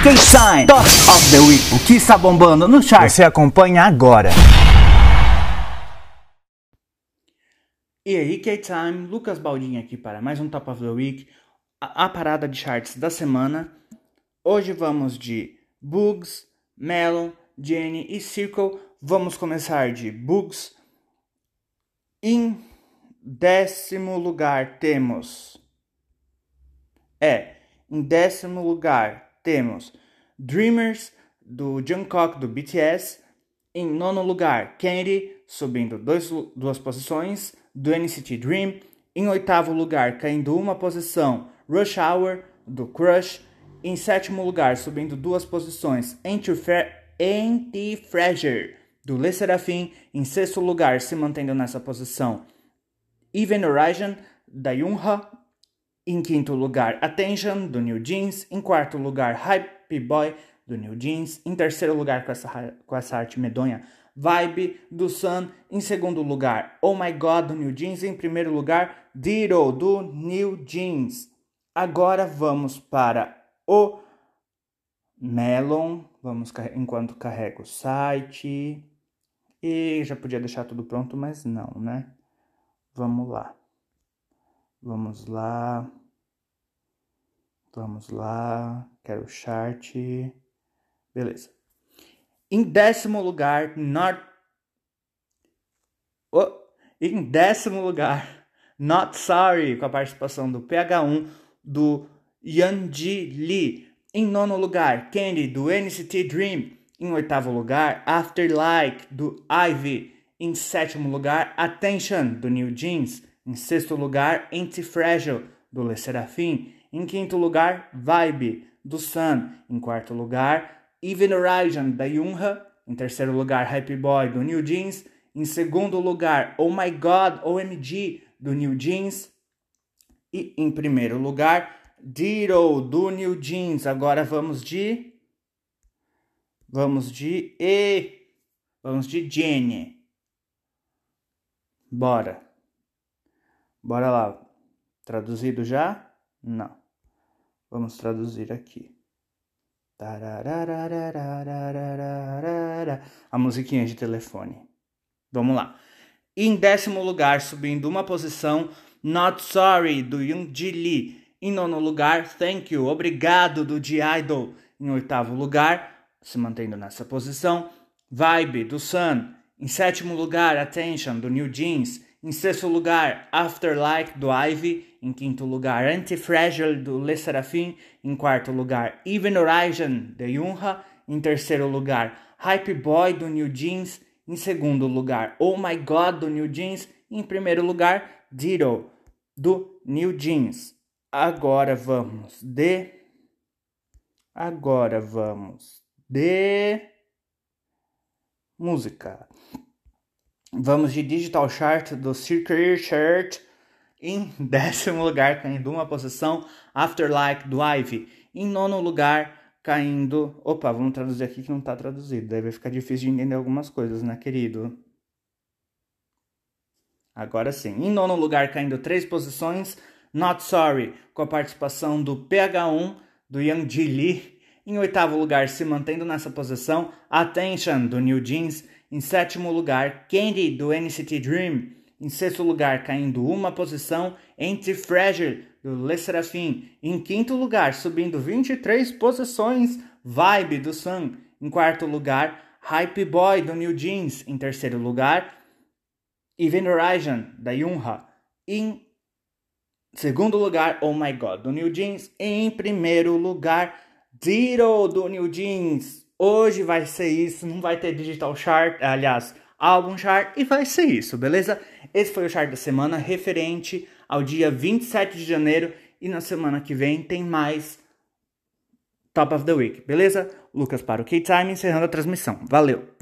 K-Time Top of the Week. O que está bombando no chart? Você acompanha agora. E aí, K-Time, Lucas Baldini aqui para mais um Top of the Week, a parada de charts da semana. Hoje vamos de Bugs, Melon, Jenny e Circle. Vamos começar de Bugs. Em 10º lugar temos... Em 10º lugar temos Dreamers, do Jungkook, do BTS. Em 9º lugar, Candy, subindo duas posições, do NCT Dream. Em 8º lugar, caindo uma posição, Rush Hour, do Crush. Em 7º lugar, subindo 2 posições, Anti-Fragile, do LE SSERAFIM. Em 6º lugar, se mantendo nessa posição, Event Horizon, da Yunha. Em 5º lugar, Attention, do New Jeans. Em 4º lugar, Hype Boy, do New Jeans. Em 3º lugar, com essa arte medonha, Vibe, do Sun. Em 2º lugar, Oh My God, do New Jeans. Em 1º lugar, Ditto, do New Jeans. Agora vamos para o Melon. Vamos enquanto carrega o site. E já podia deixar tudo pronto, mas não, né? Vamos lá. Vamos lá, quero o chart, beleza. Em 10º lugar, Not Sorry, com a participação do PH1, do Yeonji Lee. Em 9º lugar, Candy, do NCT Dream. Em 8º lugar, Afterlife, do IVE. Em 7º lugar, Attention, do New Jeans. Em 6º lugar, Anti-Fragile, do LE SSERAFIM. Em 5º lugar, Vibe, do Sun. Em 4º lugar, Event Horizon, da Yunha. Em 3º lugar, Hype Boy, do New Jeans. Em 2º lugar, Oh My God, OMG, do New Jeans. E em 1º lugar, Ditto, do New Jeans. Agora vamos de Jenny. Bora lá. Traduzido já? Não. Vamos traduzir aqui. A musiquinha de telefone. Vamos lá. Em 10º lugar, subindo uma posição, Not Sorry, do Yeonji Lee. Em 9º lugar, Thank You, Obrigado, do G-Idol. Em 8º lugar, se mantendo nessa posição, Vibe, do Sun. Em 7º lugar, Attention, do New Jeans. Em 6º lugar, Afterlife, do IVE. Em 5º lugar, Anti-Fragile, do LE SSERAFIM. Em 4º lugar, Event Horizon, da Yunha. Em 3º lugar, Hype Boy, do New Jeans. Em 2º lugar, Oh My God, do New Jeans. Em 1º lugar, Ditto, do New Jeans. Agora vamos de música. Vamos de Digital Chart, do Circle Chart. Em 10º lugar, caindo uma posição, Afterlife, do IVE. Em 9º lugar, caindo... Opa, vamos traduzir aqui que não está traduzido. Daí vai ficar difícil de entender algumas coisas, né, querido? Agora sim. Em 9º lugar, caindo 3 posições, Not Sorry, com a participação do PH1, do Yeonji Lee. Em 8º lugar, se mantendo nessa posição, Attention, do New Jeans. Em 7º lugar, Candy, do NCT Dream. Em 6º lugar, caindo uma posição, Anti-Fragile, do LE SSERAFIM. Em 5º lugar, subindo 23 posições, Vibe, do Sun. Em 4º lugar, Hype Boy, do New Jeans. Em 3º lugar, Event Horizon, da Yunha. Em 2º lugar, Oh My God, do New Jeans. Em 1º lugar, Ditto, do New Jeans. Hoje vai ser isso, não vai ter Digital Chart, aliás, Album Chart, e vai ser isso, beleza? Esse foi o chart da semana, referente ao dia 27 de janeiro, e na semana que vem tem mais Top of the Week, beleza? Lucas para o K-Time, encerrando a transmissão. Valeu!